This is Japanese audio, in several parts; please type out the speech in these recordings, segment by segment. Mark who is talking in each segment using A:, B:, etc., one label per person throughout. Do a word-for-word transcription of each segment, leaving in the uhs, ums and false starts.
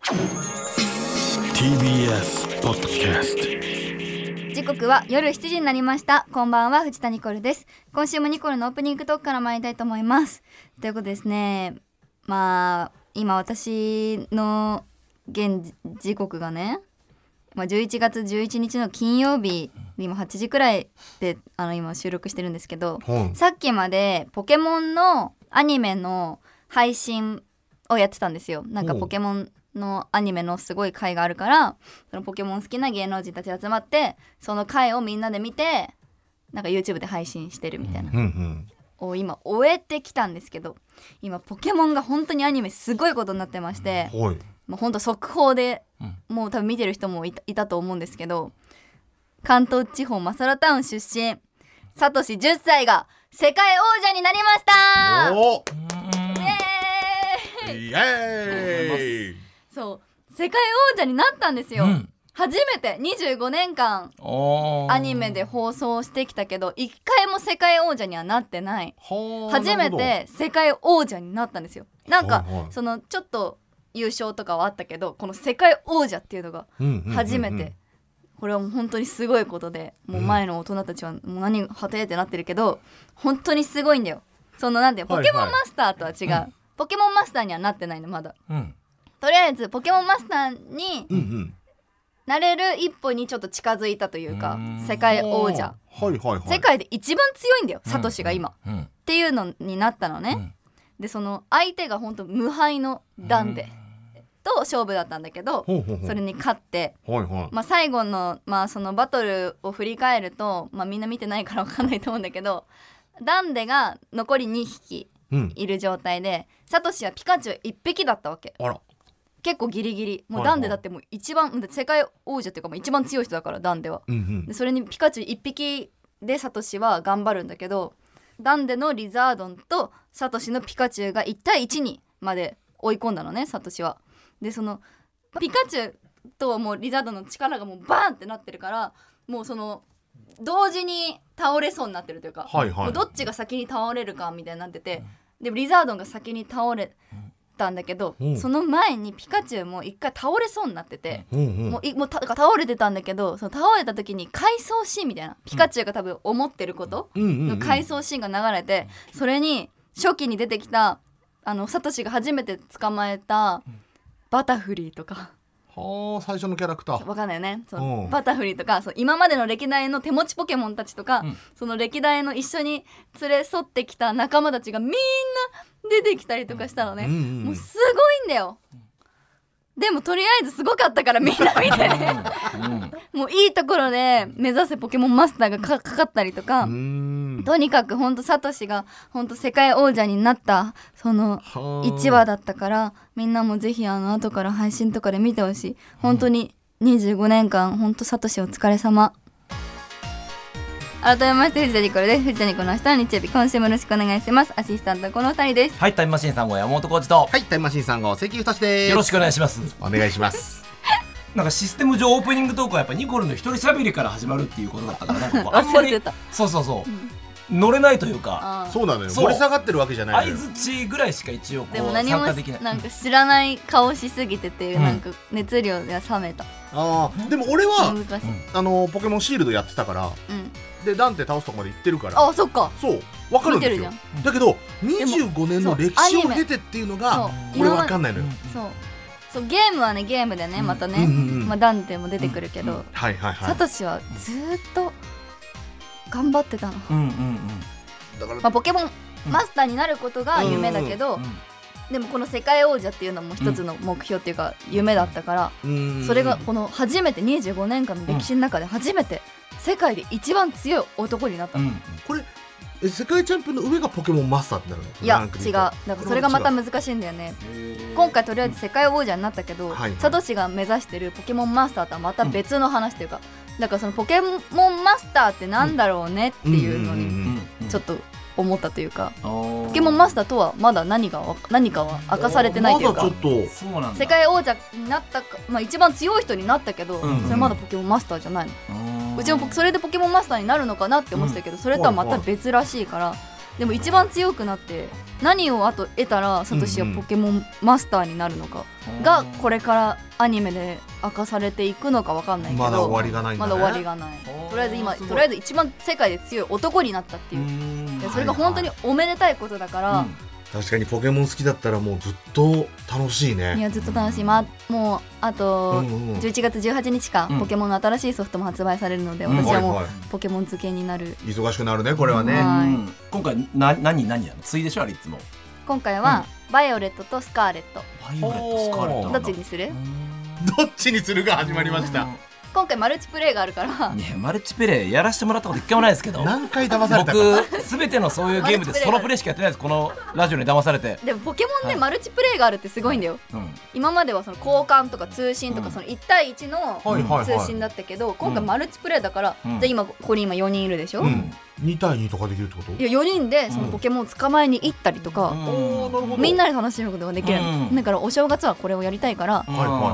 A: ティービーエス ポッドキャスト。
B: 時刻は夜しちじになりました。こんばんは、藤田ニコルです。今週もニコルのオープニングトークから参りたいと思います。ということですね、まあ今私の現時刻がね、まあ、じゅういちがつじゅういちにちの金曜日、今はちじくらいであの今収録してるんですけど、うん、さっきまでポケモンのアニメの配信をやってたんですよ。なんかポケモンのアニメのすごい回があるから、そのポケモン好きな芸能人たち集まってその回をみんなで見て、なんか YouTube で配信してるみたいな、うんうん、を今終えてきたんですけど、今ポケモンが本当にアニメすごいことになってまして、うん、もう本当速報で、うん、もう多分見てる人もい た, いたと思うんですけど、関東地方マサラタウン出身サトシじゅっさいが世界王者になりました。おイエーイイエーイそう世界王者になったんですよ、うん、初めてにじゅうごねんかんアニメで放送してきたけどいっかいも世界王者にはなってない。初めて世界王者になったんですよ。なんか、はいはい、そのちょっと優勝とかはあったけど、この世界王者っていうのが初めて、うんうんうんうん、これはもう本当にすごいことで、もう前の大人たちはもう何はてってなってるけど、本当にすごいんだよ。そのなんてポケモンマスターとは違う、はいはい、ポケモンマスターにはなってないのまだ、うん、とりあえずポケモンマスターになれる一歩にちょっと近づいたというか、うん、世界王者、はいはいはい、世界で一番強いんだよ、サトシが今、うんうん、っていうのになったのね、うん、でその相手が本当無敗のダンデ、うん、と勝負だったんだけど、ほうほうほう、それに勝って、はいはい、まあ、最後の、まあ、そのバトルを振り返ると、まあ、みんな見てないから分かんないと思うんだけど、ダンデが残りにひきいる状態で、うん、サトシはピカチュウいっぴきだったわけ。あら、結構ギリギリ、もうダンデだってもう一番、はいはい、世界王者っていうかもう一番強い人だからダンデは、うんうん、でそれにピカチュウいっぴきでサトシは頑張るんだけど、ダンデのリザードンとサトシのピカチュウがいちたいいちにまで追い込んだのね、サトシは。でそのピカチュウともうリザードンの力がもうバーンってなってるから、もうその同時に倒れそうになってるというか、はいはい、もうどっちが先に倒れるかみたいになってて、でリザードンが先に倒れたんだけど、うん、その前にピカチュウも一回倒れそうになってて、うんうん、もうもうた倒れてたんだけど、その倒れた時に回想シーンみたいな、ピカチュウが多分思ってることの回想シーンが流れて、それに初期に出てきたあのサトシが初めて捕まえたバタフリーとか、
C: はあ、最初のキャラクター
B: わかんないよね。そのバタフリーとか、そう今までの歴代の手持ちポケモンたちとか、うん、その歴代の一緒に連れ添ってきた仲間たちがみんな出てきたりとかしたのね、うんうん、もうすごいんだよ。でもとりあえずすごかったからみんな見てね、うん、もういいところで目指せポケモンマスターが か, かかったりとか、うん、とにかくほんとサトシがほんと世界王者になったそのいちわだったから、みんなもぜひあの後から配信とかで見てほしい。本当ににじゅうごねんかん本当サトシお疲れ様。改めまして藤田ニコルです。藤田ニコルの明日の日曜日、今週もよろしくお願いします。アシスタントこのふたりです。
D: はい、タイムマシーンさん号山本浩二と、
C: はい、タイムマシーンさん号関ゆたしです。
D: よろしくお願いします。
C: お願いします
D: なんかシステム上オープニングトークはやっぱニコルの一人喋りから始まるっていうことだったから、なんかあんまりそうそうそう、うん、乗れないというか、
C: そうなのよ、盛り下がってるわけじゃないのよ。
D: 相づちぐらいしか一応こう
B: でも何も
D: 参加できない。
B: なんか知らない顔しすぎてて、うん、なんか熱量が冷めた。
C: あでも俺は、うん、あのポケモンシールドやってたから、うん、でダンテ倒すとこまで行ってるから、
B: あそっか、
C: そう分かるんですよ。だけどにじゅうごねんの歴史を経てっていうのが俺分かんないのよ。
B: そうそう、ゲームはねゲームでね、またね、うんうんうん、まあ、ダンテも出てくるけど、うんうん、はいはいはい、サトシはずっと頑張ってたの、うんうんうん、だから、まあ、ポケモンマスターになることが夢だけど、うんうんうん、でもこの世界王者っていうのも一つの目標っていうか夢だったから、うん、それがこの初めてにじゅうごねんかんの歴史の中で初めて世界で一番強い男になったの、うん、
C: これえ世界チャンピオンの上がポケモンマスターってなるの？
B: いや違う、だからそれがまた難しいんだよね。今回とりあえず世界王者になったけど、はいはい、サトシが目指してるポケモンマスターとはまた別の話というか、うん、だからそのポケモンマスターってなんだろうねっていうのにちょっと思ったというか、ポケモンマスターとはまだ何が何かは明かされてないというか、
C: まだちょっと
D: そうなんだ、
B: 世界王者になったか、まあ、一番強い人になったけど、うんうん、それまだポケモンマスターじゃないの。うちもそれでポケモンマスターになるのかなって思ってたけど、うん、それとはまた別らしいから、 でも一番強くなって何をあと得たらサトシはポケモンマスターになるのかがこれからアニメで明かされていくのか分かんないけど、
C: まだ終わりがないんだね。
B: まだ終わりがない。とりあえず今とりあえず一番世界で強い男になったっていう、でそれが本当におめでたいことだから、うん、
C: 確かにポケモン好きだったらもうずっと楽しいね。
B: いやずっと楽しい、ま、もうあとじゅういちがつじゅうはちにちか、うん、ポケモンの新しいソフトも発売されるので、うん、私はもうポケモン漬けになる。
C: 忙しくなるねこれはね、
B: はい、
D: うん、今回な何何やのついでしょあれいつも。
B: 今回は、うん、バイオレットとスカーレット。
D: バイオレットスカーレット
B: どっちにする？
C: どっちにするが始まりました。
B: 今回マルチプレイがあるから。
D: いやマルチプレイやらせてもらったこと一回もないですけど。
C: 何回騙されたか。
D: 僕すべてのそういうゲームでソロプレイしかやってないです。このラジオに騙されて。
B: でもポケモンでマルチプレイがあるってすごいんだよ、はい、うん、今まではその交換とか通信とかそのいち対いちの通信だったけど、今回マルチプレイだから、うん、じゃあ今ここに今よにんいるでしょ、うん、
C: に対にとかできるってこと？
B: いやよにんでそのポケモンを捕まえに行ったりとか、うん、みんなで楽しむことができるの、うん、だからお正月はこれをやりたいから、うん、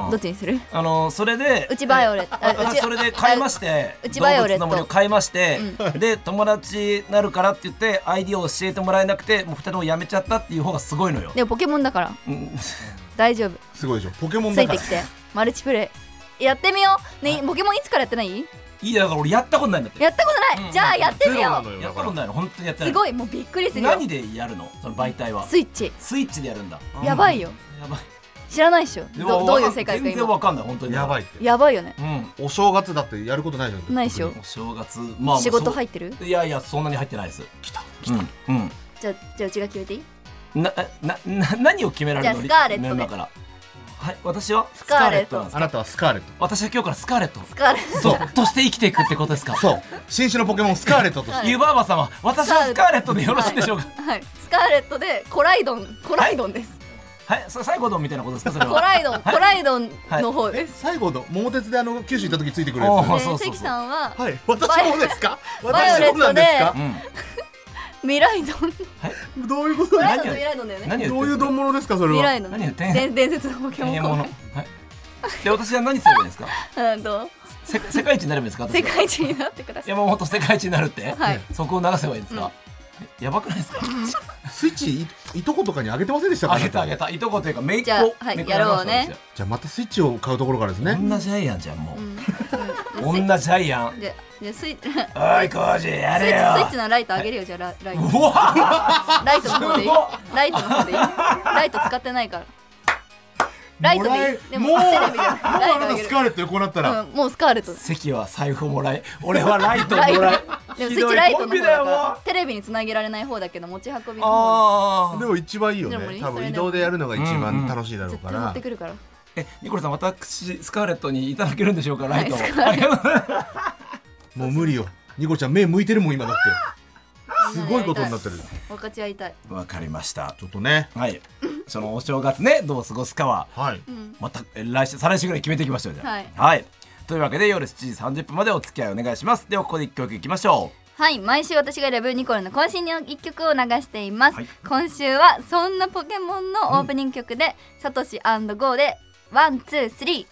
B: どっちにする？
D: あのそれで
B: うちバイオレット、
D: うちそれで買いまして、
B: うちバイオレット
D: 動物の森を買いまして、うん、で友達になるからって言って アイディー を教えてもらえなくてもうふたりともやめちゃったっていう方がすごいのよ。
B: でもポケモンだから、うん、大丈夫。
C: すごいでしょポケモンだから。
B: ついてきてマルチプレイやってみようね。ポケモンいつからやってない？
D: いいやだから俺やったことないんだって。
B: やったことない、うん、じゃあやってみよ
D: う。やったことないの本当にやってない。
B: すごいもうびっくりするよ。
D: 何でやるのその媒体は？
B: スイッチ。
D: スイッチでやるんだ。
B: やばいよ、
D: うん、やばい。
B: 知らないっしょ ど, どういう世界か今。
D: 全然わかんない本当に。
C: やばいって
B: やばいよね、
C: うん、お正月だってやることないじゃん。
B: ないっしょ。
D: お正月、まあ、
B: 仕事入ってる？
D: いやいやそんなに入ってないです。
C: 来た来た、
D: うんうん、
B: じゃあじゃあうちが決めていい？
D: ななな何を決められるの？
B: じゃあスカーレットで。
D: だからはい私は
B: スカーレット。
C: あなたはスカーレット。
D: 私は今日からスカーレット。
B: スカーレット
D: そうとして生きていくってことですか？
C: そう新種のポケモンスカーレットとして。
D: 湯婆婆様私はスカーレットでよろしいでしょうか？
B: はい、はい、スカーレットでコライドンコライドンです。
D: はい、それ最後ドンみたいなことですか？それは
B: コライドン、はい、コライドンの方です。
C: 最後の桃鉄であの九州行った時ついてくるやつ。
B: そうそうそう。関さんは、
C: はい、私もですか？
B: バイオレットで、
C: うん、
B: ミライドン。はい、
C: どういうこと？
B: 何ミライドンだよね。
C: どういう丼物ですかそれは？
B: ミライドン。
D: 何言ってんの？
B: 伝説のポケモン。
D: はい。で私は何すればいいですか？
B: うんと
D: 世界一になるんですか？
B: 世界一になってください。
D: いやもう本当世界一になるって。
B: はい。
D: そこを流せばいいですか？やばくないですか？
C: スイッチ い, いとことかにあげてませんでしたか？
D: あげたあげたいとこというかメイク
B: を、はい、やろうね。
C: じゃあまたスイッチを買うところからですね。
D: 女ジャイアンじゃんもう、うん、女ジャイアン。
B: じゃじゃスイ
D: おいコージやれよ。
B: スイッチのライトあげるよ。じゃあライト。ライトの方でいい？ライトの方でいい？ライト使ってないから。ライトでいい。でも
C: もう
B: テレビで
C: もうあなたスカーレット横なったら、
B: うん、もうスカーレット。
D: 関は財布もらえ、俺はライトもらえ。
B: でもスイッチライトの方だからテレビにつなげられない方だけど持ち運びの方
C: でも一番いいよね。多分移動でやるのが一番楽しいだろうから。
B: 絶対持ってくるから。
D: え、ニコルさん私スカーレットにいただけるんでしょうか？ライト。
C: もう無理よ。ニコルちゃん目向いてるもん今だって。すごいことになってる。
B: 分かち合いたい。
D: わかりました。
C: ちょっとね。
D: はい。そのお正月ねどう過ごすかは、
C: はい、
D: また来週再来週ぐらい決めていきましょうじゃあ、
B: はい、
D: はい、というわけで夜しちじさんじゅっぷんまでお付き合いお願いします。ではここでいっきょくいきましょ
B: う。はい、毎週私が選ぶニコルの渾身のいっきょくを流しています、はい、今週はそんなポケモンのオープニング曲で、うん、サトシ&ゴーでワンツースリー。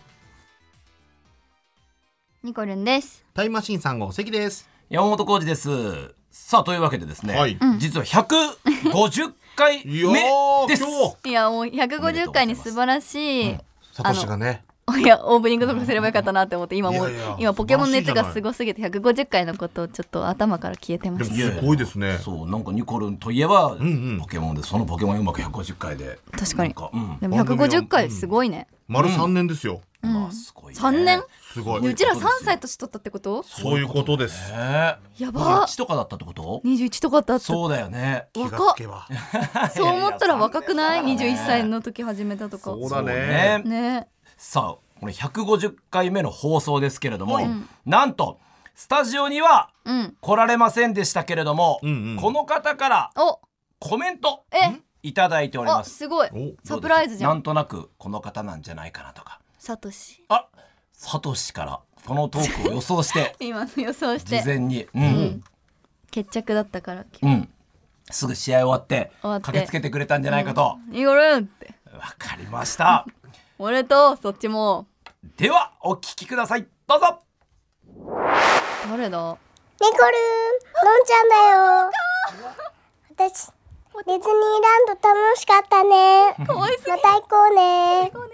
B: ニコルンです。
C: タイムマシーンさん号関です。
D: 山本浩二です。さあというわけでですね、はい、実はひゃくごじゅっかいめです。
B: いやもうひゃくごじゅっかいに素晴らしい、うん、
C: サトシがね
B: いやオープニングとかすればよかったなって思って今もういやいや今ポケモン熱がすごすぎてひゃくごじゅっかいのことをちょっと頭から消えてました。
C: でもすごいですね。
D: そうなんかニコルンといえば、うんうん、ポケモンでそのポケモンうまくひゃくごじゅっかいで
B: 確かにか、うん、でもひゃくごじゅっかいすごいね、
C: うん、丸さんねんですよ、
B: うん
D: まあ、すごいね、
B: さんねん
C: すごい。
B: うちらさんさい年取ったってこと？
C: そういうことです。
B: やば。
D: にじゅういちとかだったってこと？
B: にじゅういちとかだった。
D: そうだよね。
B: 若っ。そう思ったら若くない？にじゅういっさいの時始めたとか。
C: そうだね。
B: ね。
D: さあこれひゃくごじゅっかいめの放送ですけれども、うん、なんとスタジオには来られませんでしたけれども、うんうん、この方からコメントいただいております。
B: すごいサプライズじゃん。
D: なんとなくこの方なんじゃないかなとか。
B: サトシ。
D: あ、サトシからこのトークを予想して
B: 今の予想して
D: 事前に、
B: うんうん、決着だったから
D: うん、すぐ試合終わって駆けつけてくれたんじゃないかと。
B: ニコルンって
D: わかりました
B: 俺とそっちも。
D: ではお聞きくださいどうぞ。
B: 誰だ？
E: ニコルンのんちゃんだよ。 私ディズニーランド楽しかったね。
B: かわいすぎ。
E: また行こうね。ニコルン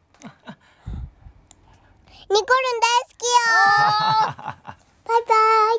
E: 大好きよ。バイバイ。
B: バイ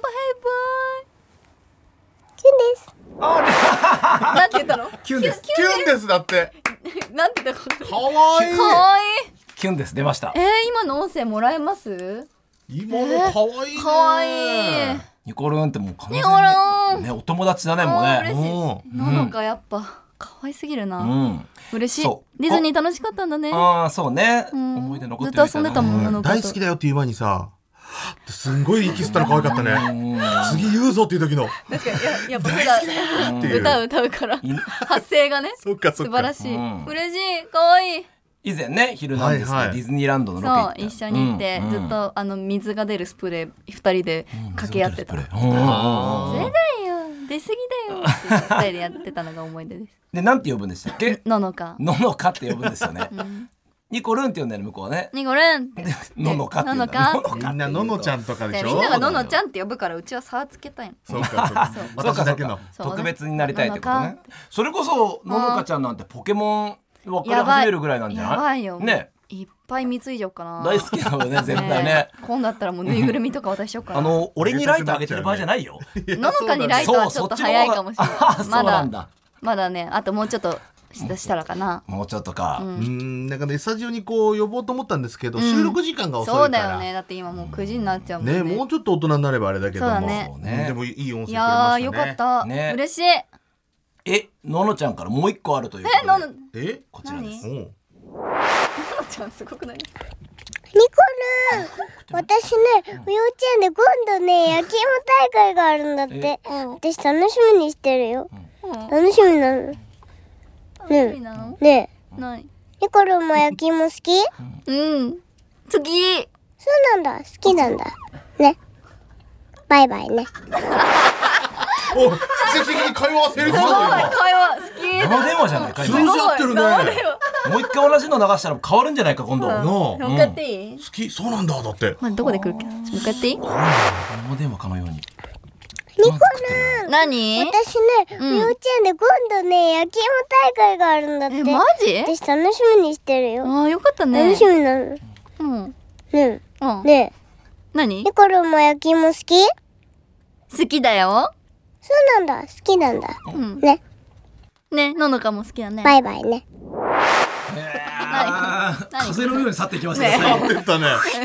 E: キュンです。
B: バイ。なんて言ったの？
C: キュンです。キュンですだって。
B: なんて言ったの？
C: かわいい。
B: かわいい。
D: キュンです出ました。
B: えー、今の音声もらえます？
C: 今のかわいいね。
B: かわいい。
D: ニコルンってもう完全に
B: ニコルン
D: ねお友達だねもうね。
B: 嬉しい。ののかやっぱ可愛すぎるな。うん、嬉しい。ディズニー楽しかったんだね。
D: ああそうね。
B: うん、
D: 思い出残ってる。
B: ずっと遊んでたもんなのか。
C: 大好きだよっていう前にさ、すんごい息吸ったの可愛かったね。次言うぞっていう時の。
B: 確かにいやいや僕ら歌歌うから発声がね素晴らしい。嬉しい可愛い。
D: 以前ね昼なんですけど、ディズニーランドのロケ行った。
B: そう一緒に行って、うん、ずっとあの水が出るスプレー二人で掛け合ってた。それだよ出過ぎだよって二人でやってたのが思い出です。
D: でなんて呼ぶんでしたっけ？
B: ののか。
D: ののかって呼ぶんですよね。うん、ニコルンって呼んでる向こうはね。
B: ニコルン。
D: ののかって呼んだ。
C: みんなののちゃんとかでしょ。
B: みんながののちゃんって呼ぶからうちは差つけたいの。
C: そうかそうか。私だけの
D: 特別になりたいってことね。それこそののかちゃんなんてポケモン分かり始めるぐらいなんじゃない？
B: やばいよ。
D: ね。
B: いっぱい貢いじゃおうかな。
D: 大好きだよね絶対ね。
B: 今度だったらもうぬいぐるみとか渡しようかな。
D: あの俺にライトあげてる場合じゃないよ。
B: ののかにライトはちょっと早いかもしれない。まだまだねあともうちょっとしたらかな。
D: もうちょっとか。
C: うんなんかねスタジオにこう呼ぼうと思ったんですけど収録時間が遅いから。
B: そうだよねだって今もうくじになっちゃうもんね。
C: ねもうちょっと大人になればあれだけども。
B: そうだね。
C: でもいい音声くれましたね。
B: いやよかった嬉しい。
D: えののちゃんからもう一個あるという。
B: えのの
C: え
D: こちらです。
B: ののちゃんすごくない？
E: ニコルン私ね幼稚園で今度ね焼き芋大会があるんだって。私楽しみにしてるよ。楽しみなの。ねえねえ
B: 何？
E: ニコルンも焼き芋好き？
B: うん好き。
E: そうなんだ好きなんだね。バイバイね。
C: お奇跡的に会話は成立したぞ今。
B: 会話好き。
D: 生電話じゃないか今。
C: 通じ合ってるね。
D: もう一回同じの流したら変わるんじゃないか今度。
B: もう一回やっていい？
C: 好きそうなんだだって。
B: まあどこで来るっけ？もう一回やっていい？
D: 生電話かのように。
E: ニコルン
B: 何？
E: 私ね幼稚園で今度ね焼き芋大会があるんだって。
B: えマジ？
E: 私楽しみにしてるよ。
B: ああよかったね。
E: 楽しみなの。
B: うん
E: ねえねえ
B: 何？
E: ニコルンも焼き芋好き？
B: 好きだよ。
E: そうなんだ好きなんだ。ね
B: ねののかも好きだね。
E: バイバイね。
D: 風のように去っていきましたね。
C: 去ってったね。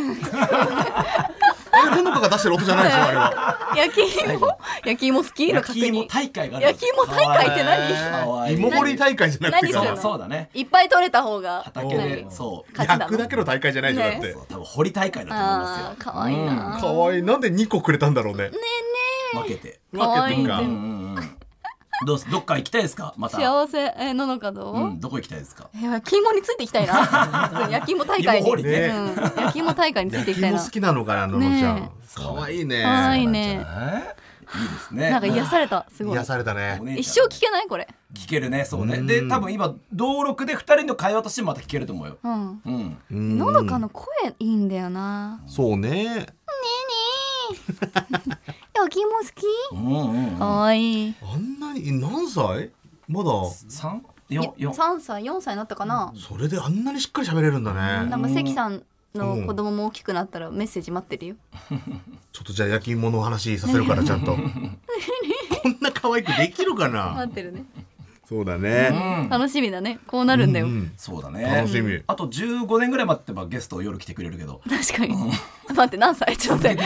C: あれののかが出してる音じゃないでしょあれは。
B: 焼き芋焼き芋好きの確認。
D: 焼き芋大会がある。
B: 焼き芋大会って何？
C: 芋掘り大会じゃなくて
B: か。
D: そうだね。
B: いっぱい取れた方が
D: 畑でそう
C: 焼くだけの大会じゃないじゃんだって。
D: 多分掘り大会だと思いますよ。
B: 可愛いな。
C: 可愛いなんでにこくれたんだろうね。
B: ねえねえ。
D: 分けて
C: 分けてか。
D: どうどっか行きたいですかまた。
B: 幸せえののかどう？
D: どこ行きたいですか。
B: 焼き芋についていきたいな。焼き芋大会に。焼き芋大会についていきたいな。
C: 焼き芋好きなのかなののちゃん。可愛いね。
B: 可愛いね。
D: いいですね。
B: なんか癒されたすごい。
C: 癒されたね。
B: 一生聞けないこれ。
D: 聞けるねそうね。で多分今登録でふたりの会話としてまた聞けると思うよ。うん
B: うん。ののかの声いいんだよな。
C: そうね。ねえね
B: え。焼き芋好き？かわいい。
C: あんなに何歳？まだ
D: 三？
B: 三歳四歳になったかな。
C: それであんなにしっかり喋れるんだね。
B: なんか関さんの子供も大きくなったらメッセージ待ってるよ。
C: ちょっとじゃあ焼き芋の話させるからちゃんと。こんな可愛くできるかな。
B: 待ってるね。
C: そうだね。
B: 楽しみだね。こうなるんだよ。
D: そうだね。
C: 楽しみ。
D: あとじゅうごねんぐらい待ってばゲスト夜来てくれるけど。
B: 確かに。待って何歳？ちょっと待って。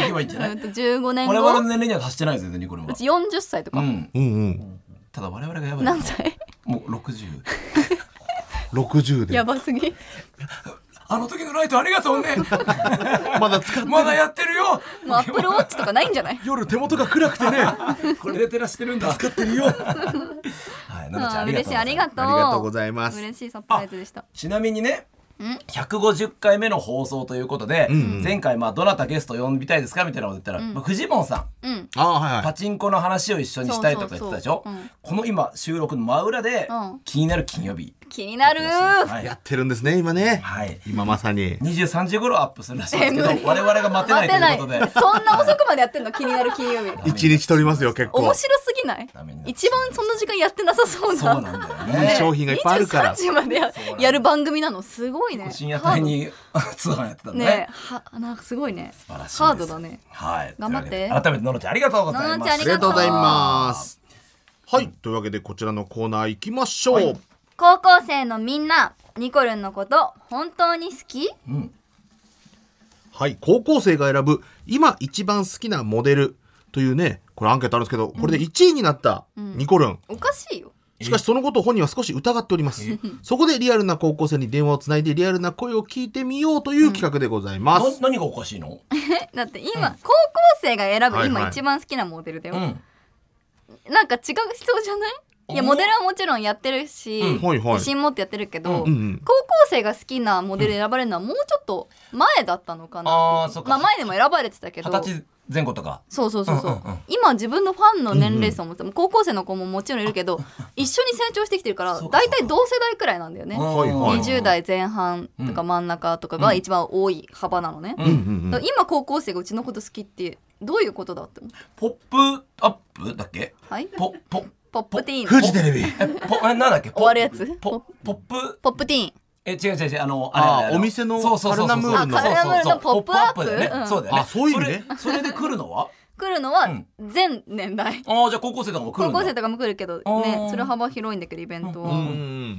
B: じゅうごねんご。
D: 我々の年齢には達してないですよねニコルは。
B: うちよんじゅっさいとか。
C: うんうん。
D: ただ我々がやばい。
B: 何歳？
D: もうろくじゅう。
C: ろくじゅうで。
B: やばすぎ。
D: あの時のライトありがとうね。
C: まだ使って
D: まだやってるよ。
B: もうアップルウォッチとかないんじゃない？
C: 夜手元が暗くてね。
D: これで照らしてるんだ。
C: 使ってるよ。
D: はい、ななちゃん
B: 嬉しいありがとう。
C: ありがとうございます。
B: 嬉しいサプライズでした。
D: ちなみにね。ひゃくごじゅっかいめの放送ということで、前回まあどなたゲスト呼びたいですかみたいなこと言ったら、フジモンさん、パチンコの話を一緒にしたいとか言ってたでしょ。この今収録の真裏で気になる金曜日
B: 気になる、
C: はい、やってるんですね今ね、はい、今まさに
D: にじゅうさんじ頃アップするらしいですけど我々が待てないということで
B: そんな遅くまでやってんの気になる金曜日
C: 一日取りますよ結構
B: 面白すぎない一番その時間やってなさそうな
D: そうなんだよね
C: いい商品がいっぱいあるから
B: にじゅうさんじまで や, やる番組なのすごいね
D: 深夜帯に通販やってたね
B: ねはなんかすごいね素晴らしいハードだね
D: はい
B: 頑張って
D: 改めてののちゃんありがとうございます
B: あ
C: りがとうございますはい、うん、というわけでこちらのコーナー行きましょう、はい、
B: 高校生のみんなニコルンのこと本当に好き、うん、
C: はい、高校生が選ぶ今一番好きなモデルというねこれアンケートあるんですけどこれでいちいになったニコルン、
B: うん、おかしいよ
C: しかしそのことを本人は少し疑っておりますそこでリアルな高校生に電話をつないでリアルな声を聞いてみようという企画でございます、
D: うん、何がおかしいの
B: だって今、うん、高校生が選ぶ今一番好きなモデルだよ、はいはい、なんか違う人じゃない？いやモデルはもちろんやってるし、うんはいはい、自信持ってやってるけど、うんうん、高校生が好きなモデル選ばれるのはもうちょっと前だったのかな、うん、あまあ前でも選ばれてたけど
D: はたち前後とか
B: そうそうそうそう、うんうんうん、今自分のファンの年齢層も、うんうん、高校生の子ももちろんいるけど一緒に成長してきてるからだいたい同世代くらいなんだよね、にじゅう代前半とか真ん中とかが一番多い幅なのね、うんうんうん、だから今高校生がうちのこと好きってどういうことだって思う？
D: ポップアップだっけ？
B: はい
D: ポポ
B: ポップティーン
C: フジテレビ
B: ポなんだっけ終わるやつ
D: ポポップ
B: ポップティーン
D: え違う違う違うあの
C: ああお店のカルナムールの
B: カルナムールのポップアップ
D: だよね、うん、そうだよね
C: あそういう意味ね
D: それ、それで来るのは
B: 来るのは全年代、
D: うん、あじゃあ高校生とかも来るんだ
B: 高校生とかも来るけどねそれ幅広いんだけどイベントは、うん、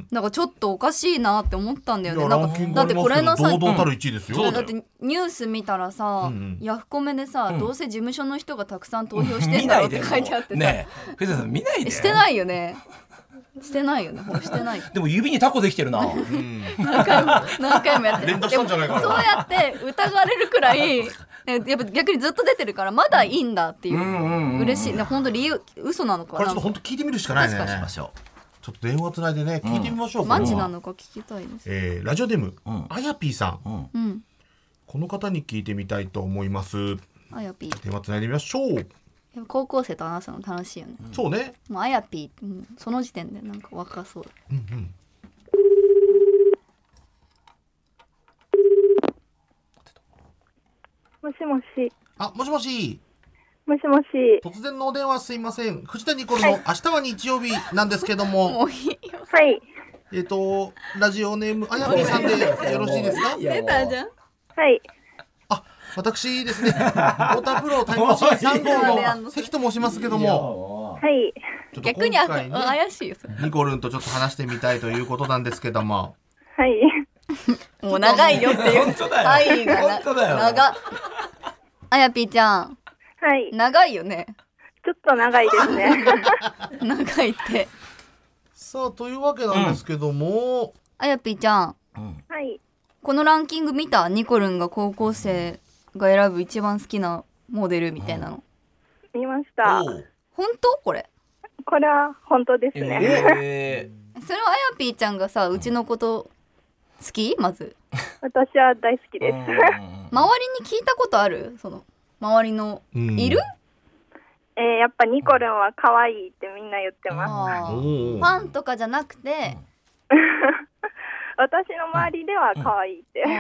B: なんかちょっとおかしいなって思ったんだよねなんかだってこれのさ
C: 堂々たるいちいですよ、
B: うん、だってニュース見たらさ、うんうん、ヤフコメでさ、うん、どうせ事務所の人がたくさん投票してんだろうって書いてあってさ、
D: ねえ藤田さん見ないで
B: してないよねしてないよねほらしてない
D: でも指にタコできてるな、うん、
B: 何回も何回もやって
C: 連打したんじゃないかな
B: そうやって疑われるくらいやっぱ逆にずっと出てるからまだいいんだっていう、うんうんうんうん、嬉しいね本当理由嘘なのかな
C: これちょっと本当聞いてみるしかないねしましょうちょっと電話つないでね聞いてみましょう、うん、
B: マジなのか聞きたいです、
C: えー、ラジオネーム、うん、あやぴーさん、
B: うん、
C: この方に聞いてみたいと思います
B: あやぴー
C: 電話つないでみましょう
B: 高校生と話すの楽しいよね、
C: うん、そうね
B: もうあやぴー、うん、その時点でなんか若そうだ、うんうん、
F: もしもし
C: あもしもし
F: もしもし
C: 突然のお電話すいません藤田ニコルの明日は日曜日なんですけども
B: もういいよ
F: はい
C: えっ、ー、とラジオネームあやぴーさんでよろしいですか
B: 出たじゃん
F: はい
C: あ私ですね太田プロタイムマシーンさん号の関と申しますけども
F: はい
C: ちょっと今回、ね、
B: 逆に怪しいよ
C: ニコルンとちょっと話してみたいということなんですけども
F: はい
B: もう長いよっていう
D: 本当だよ
B: 愛が
D: 本当だよ
B: 長あやぴーちゃん
F: はい
B: 長いよね
F: ちょっと長いですね
B: 長いって
C: さあというわけなんですけども、うん、
B: あやぴーちゃん、
F: うん、はい
B: このランキング見たニコルンが高校生が選ぶ一番好きなモデルみたいなの、
F: うん、見ました
B: 本当これ
F: これは本当ですね、
B: えー、それはあやぴーちゃんがさうちのこと好きまず
F: 私は大好きです周り
B: に聞いたことあるその周りのいる、
F: えー、やっぱニコルンは可愛いってみんな言ってます
B: ファンとかじゃなくて
F: 私の周りでは可愛いって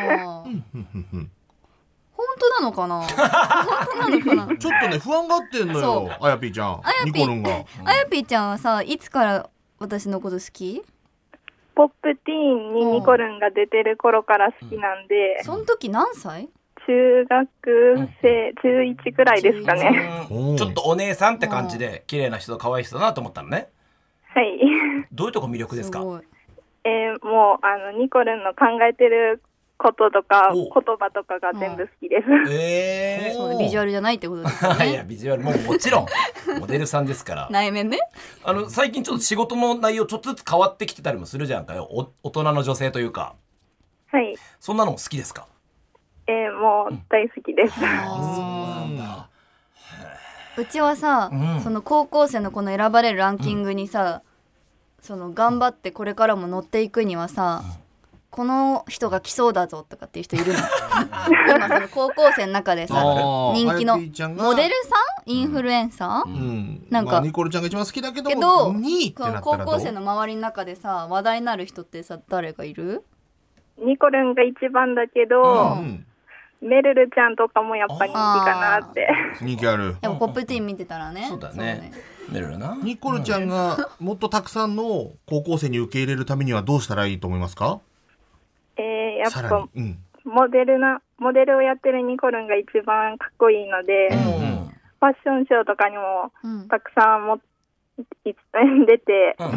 B: 本当なのかな本当なのかな
C: ちょっとね不安がってんのよあやぴーちゃんニコルンが
B: あやぴーちゃんはさいつから私のこと好き
F: ポップティーンにニコルンが出てる頃から好きなんで、
B: うん、その時何歳
F: 中学生、中いちくらいですかね
D: ちょっとお姉さんって感じで綺麗な人可愛い人だなと思ったのね
F: はい
D: どういうとこ魅力ですか？
B: すごい
F: えー、もうあのニコルンの考えてることとか言葉とかが全部好きです、
B: えー、そうビジュアルじゃないってことですよね
D: いやビジュアルももちろんモデルさんですから
B: 内面ね
D: あの最近ちょっと仕事の内容ちょっとずつ変わってきてたりもするじゃんかよお大人の女性というか
F: はい
D: そんなのも好きですか？
F: えー、もう大好きです、うん、
D: あそうなんだ
B: うちはさ、うん、その高校生のこの選ばれるランキングにさ、うん、その頑張ってこれからも乗っていくにはさ、 この人が来そうだぞとかっていう人いるの今その高校生の中でさ人気のモデルさんインフルエンサー、うん、なんか、まあ、
C: ニコルちゃんが一番好きだけど
B: けど
C: にってなったらどう
B: 高校生の周りの中でさ話題になる人ってさ誰がいる？
F: ニコルンが一番だけど、うん、メルルちゃんとかもやっぱ人気かなって。
C: 人気ある。
B: やっぱポップティーン見てたらね。
D: そうだね。メルルな。
C: ニコルちゃんがもっとたくさんの高校生に受け入れるためにはどうしたらいいと思いますか？
F: えー、やっぱ、うん、モデルなモデルをやってるニコルンが一番かっこいいので、うんうん、ファッションショーとかにもたくさんも、うん、出て、うんうん、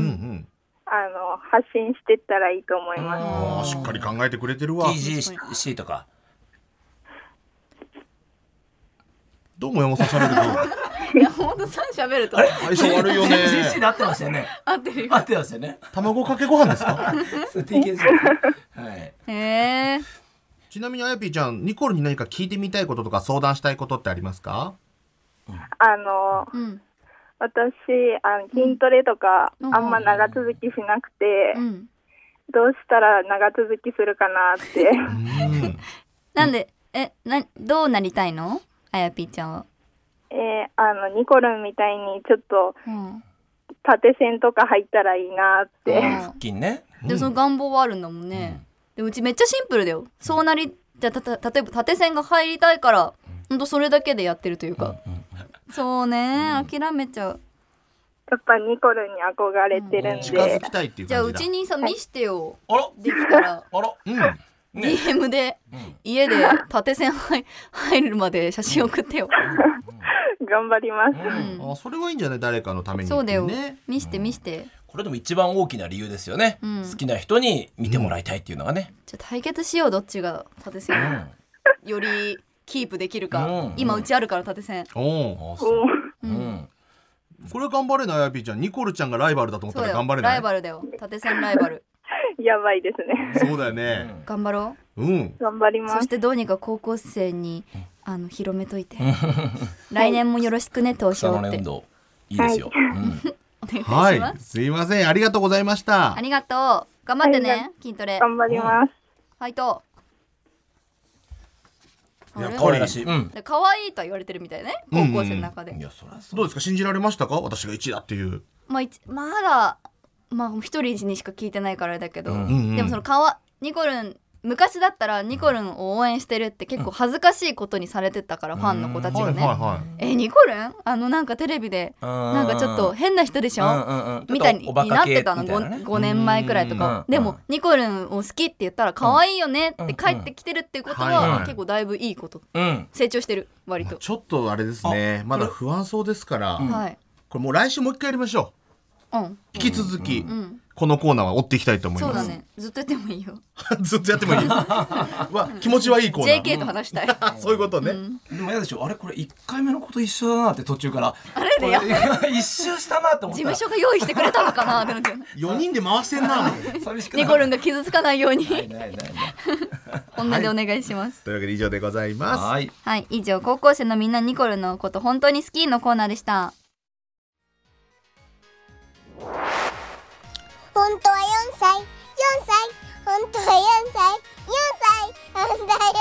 F: あの発信していったらいいと思います。
C: しっかり考えてくれてるわ。
D: ティージーシー とか
C: どうも山本さん喋る
B: と山本さん喋ると
C: 相性悪いよね。
D: ティージーシー で合ってましたよね。
B: 合ってるよ。
D: 合ってましたよね。
C: 卵かけご飯ですか？
D: ティーケージー ですね。はい。
B: へー。
C: ちなみにあやぴーちゃんニコルに何か聞いてみたいこととか相談したいことってありますか？
F: あの、うん、私あの筋トレとかあんま長続きしなくて、うん、どうしたら長続きするかなって。
B: うん、なんでえなどうなりたいの？あやぴーちゃんは。
F: えー、あのニコルンみたいにちょっと、うん、縦線とか入ったらいいなって。
D: 腹筋ね。
B: でその願望はあるんだもんね。うん、でうちめっちゃシンプルだよ。そうなりじゃたた例えば縦線が入りたいからほんとそれだけでやってるというか。そうね、諦めちゃう。
F: やっぱニコルンに憧れてるんで、うん、
C: 近づきたいっていう感じだ。
B: じゃあうちにさ見してよ。
D: あら
B: できたら。
D: あら。うん。
B: ね、ディーエム で、うん、家で縦線入るまで写真送ってよ。
F: 頑張ります、
C: うん、あそれはいいんじゃない？誰かのために、ね、
B: そうだよ。見して見して、うん、
D: これでも一番大きな理由ですよね、うん、好きな人に見てもらいたいっていうのがね、うん、
B: じゃあ対決しよう。どっちが縦線、うん、よりキープできるか、うん、今うちあるから縦線。
C: おお、そう、うんうん、これ頑張れない。あやぴーちゃんニコルちゃんがライバルだと思ったら頑張れない。
B: ライバルだよ。縦線ライバル。
F: やばいです
C: ね。そうだよね、
B: うん、頑張ろ
C: う。うん。
F: 頑張ります。
B: そしてどうにか高校生にあの広めといて。来年もよろしくね投票って。
D: 運動いいですよ。はい、うん、
B: お願いします、
C: はい。すいません、ありがとうございました。
B: ありがとう。頑張ってね、はい、筋トレ。
F: 頑張ります。
B: ファイト。
C: いや可愛らしい。
B: 可愛いとは言われてるみたいね。高校生の中で。うんうん、いや
C: そらそう。どうですか？信じられましたか？私がいちいだっていう。
B: まあまだ。まあ一人にしか聞いてないからあれだけど、うん、でもそのかわニコルン昔だったらニコルンを応援してるって結構恥ずかしいことにされてたから、うん、ファンの子たちがね、はいはいはい、えニコルンあのなんかテレビでなんかちょっと変な人でしょ、うんうんうん、みたいになってたの、ね、5, ごねんまえくらいとか、うん、でもニコルンを好きって言ったら可愛いよねって帰ってきてるっていうことは結構だいぶいいこと、うん、成長してる割と。
C: ちょっとあれですね、まだ不安そうですから、うん、これもう来週もう一回やりましょう、うん、引き続き、うんうんこのコーナーは追っていきたいと思います。
B: そうだね。ずっとやってもいいよ。
C: ずっとやってもいい。わ気持ちはいいコーナー。
B: ジェーケー と話したい。
C: そういうことね。うん、
D: でもやだでしょ。あれこれいっかいめのこと一緒だなって途中から
B: あれでや
D: 一周したなって思った。
B: 事務所が用意してくれたのかなって思って。
C: よにんで回してんな。
B: ニコルンが傷つかないように。本音でお願いします。
C: はい、というわけで以上でございます。
B: はい、はい、以上高校生のみんなニコルンのこと本当に好きのコーナーでした。
E: 本当はよんさい、よんさい、本当はよんさい、よんさい、本当はよんさい、よんさい、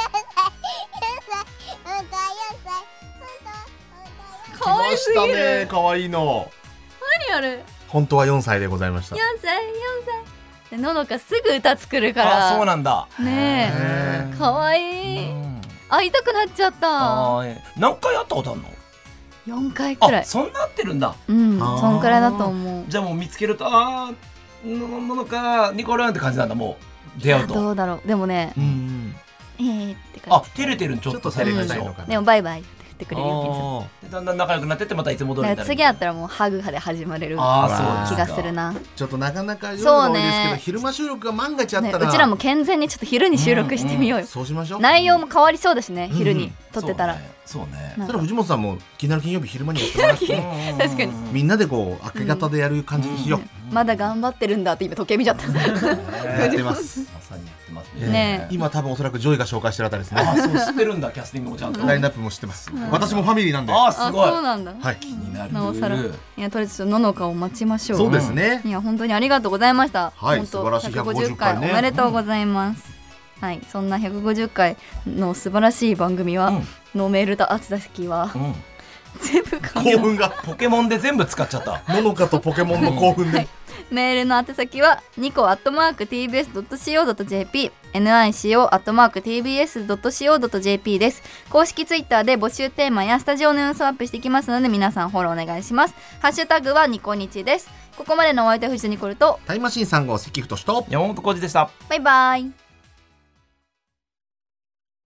E: 本当はよんさい、本当はよんさい。
C: 来ましたね、可愛いの。
B: 何あれ？
C: 本当はよんさいでございました。
B: よんさい、よんさい。ののかすぐ歌作るから。
D: あ、そうなんだ。
B: ねえ、可愛い。会いたくなっちゃった。
D: あ、何回会ったことあるの？
B: よんかいくらい。
D: あ、そんな合ってるんだ。
B: うん、そんくらいだと思う。
D: じゃあもう見つけるとあーのののかニコルンって感じなんだ。もう出会うと
B: どうだろう。でもね、うんうん、えーって感じ。
D: あ、照れてるんちょっとされるでしょ。
B: でもバイバイって言ってくれるよ。
D: だんだん仲良くなってってまたいつも通りになる。
B: 次会ったらもうハグで始まれる気がするな。
C: ちょっとなかなか夜が多いですけど、昼間収録が万が一あったら、
B: ね、うちらも健全にちょっと昼に収録してみようよ。
C: うんうん、そうしましょう。
B: 内容も変わりそうだしね、うん、昼に撮ってたら。
D: そうね。
C: それは藤本さんも気になる金曜日昼間にやってもらって
B: 確かに
C: みんなでこう明け方でやる感じにしよう、
B: うんうん、まだ頑張ってるんだって今時計見ちゃった。
C: やってます。
D: まさにやってます
B: ね、
C: 今多分おそらくジョイが紹介してるあたりですね。
D: あ、そう知ってるんだ。キャスティングもちゃんと
C: ラインナップも知ってます。私もファミリーなんで。
D: あ、すごい。
B: そうなんだ。
C: はい。
D: 気になる。
B: なおさら。いや、とりあえずののかを待ちましょう。
C: そうですね。
B: いや、本当にありがとうございました。
C: はい、素晴らしいひゃくごじゅっかいね。
B: おめでとうございます。はい、そんなひゃくごじゅっかいの素晴らしい番組は、のメールとあつだきは。全部
C: 興奮が
D: ポケモンで全部使っちゃった。
C: ののかとポケモンの興奮で、はい、
B: メールの宛先はニコアットマーク ティービーエスドットシーオードットジェーピー ニコ アットマーク ティービーエスドットシーオードットジェーピー です。公式ツイッターで募集テーマやスタジオの様子をアップしていきますので、皆さんフォローお願いします。ハッシュタグはニコニチです。ここまでのお相手は藤田ニコルと
C: タイムマシーンさん号関太と
D: 山本浩二でした。
B: バイバイ。